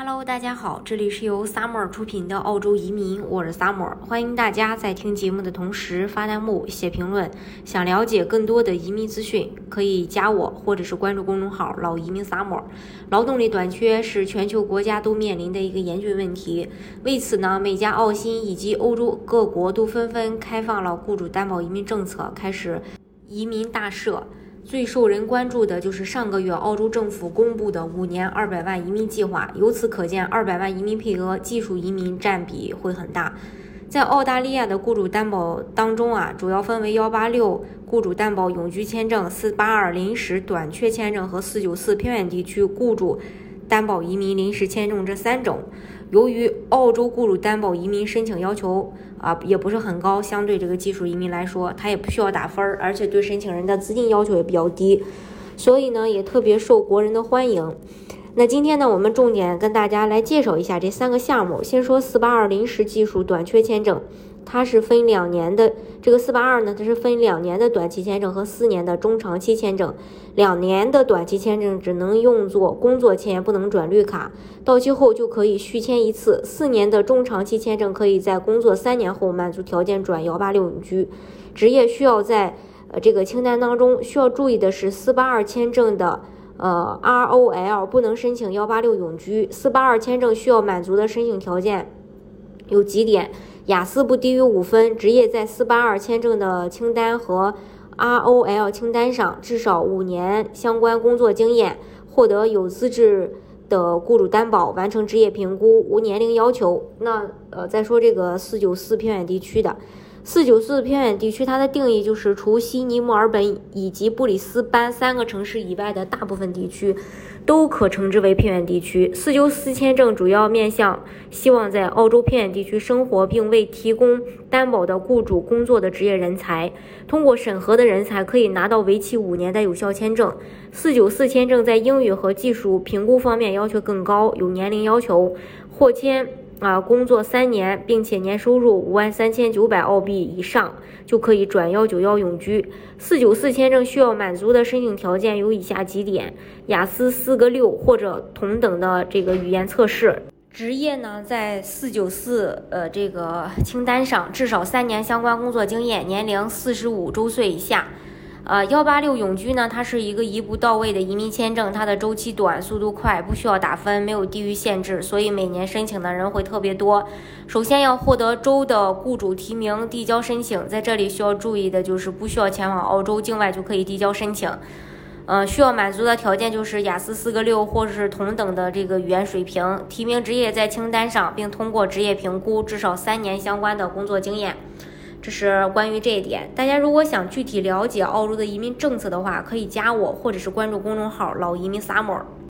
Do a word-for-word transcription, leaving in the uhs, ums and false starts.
Hello， 大家好，这里是由 Summer 出品的澳洲移民，我是 Summer， 欢迎大家在听节目的同时发弹幕、写评论。想了解更多的移民资讯，可以加我或者是关注公众号老移民 Summer。劳动力短缺是全球国家都面临的一个严峻问题，为此呢，美加澳新以及欧洲各国都纷纷开放了雇主担保移民政策，开始移民大赦。最受人关注的就是上个月澳洲政府公布的五年二百万移民计划，由此可见二百万移民配额技术移民占比会很大。在澳大利亚的雇主担保当中啊，主要分为一八六雇主担保永居签证、四八二临时短缺签证和四九四偏远地区雇主担保移民临时签证这三种。由于澳洲雇主担保移民申请要求啊也不是很高，相对这个技术移民来说，它也不需要打分，而且对申请人的资金要求也比较低，所以呢也特别受国人的欢迎。那今天呢，我们重点跟大家来介绍一下这三个项目。先说四八二临时技术短缺签证，它是分两年的，这个四八二呢，它是分两年的短期签证和四年的中长期签证。两年的短期签证只能用作工作签，不能转绿卡，到期后就可以续签一次。四年的中长期签证可以在工作三年后满足条件转一八六永居。职业需要在呃这个清单当中需要注意的是，四八二签证的呃 R O L 不能申请一八六永居。四八二签证需要满足的申请条件有几点：雅思不低于五分，职业在四八二签证的清单和 R O L 清单上至少五年相关工作经验，获得有资质的雇主担保，完成职业评估，无年龄要求。那呃，再说这个四九四偏远地区的四九四偏远地区，它的定义就是除悉尼、墨尔本以及布里斯班三个城市以外的大部分地区都可称之为偏远地区。四九四签证主要面向希望在澳洲偏远地区生活并为提供担保的雇主工作的职业人才，通过审核的人才可以拿到为期五年的有效签证。四九四签证在英语和技术评估方面要求更高，有年龄要求，获签啊，工作三年，并且年收入五万三千九百澳币以上，就可以转幺九幺永居。四九四签证需要满足的申请条件有以下几点：雅思四个六或者同等的这个语言测试。职业呢，在四九四呃这个清单上至少三年相关工作经验，年龄四十五周岁以下。呃，一八六永居呢，它是一个一步到位的移民签证，它的周期短，速度快，不需要打分，没有地域限制，所以每年申请的人会特别多。首先要获得州的雇主提名递交申请，在这里需要注意的就是不需要前往澳洲境外就可以递交申请。呃，需要满足的条件就是雅思四个六或者是同等的这个语言水平，提名职业在清单上，并通过职业评估，至少三年相关的工作经验。这是关于这一点。大家如果想具体了解澳洲的移民政策的话，可以加我或者是关注公众号老移民 Summer。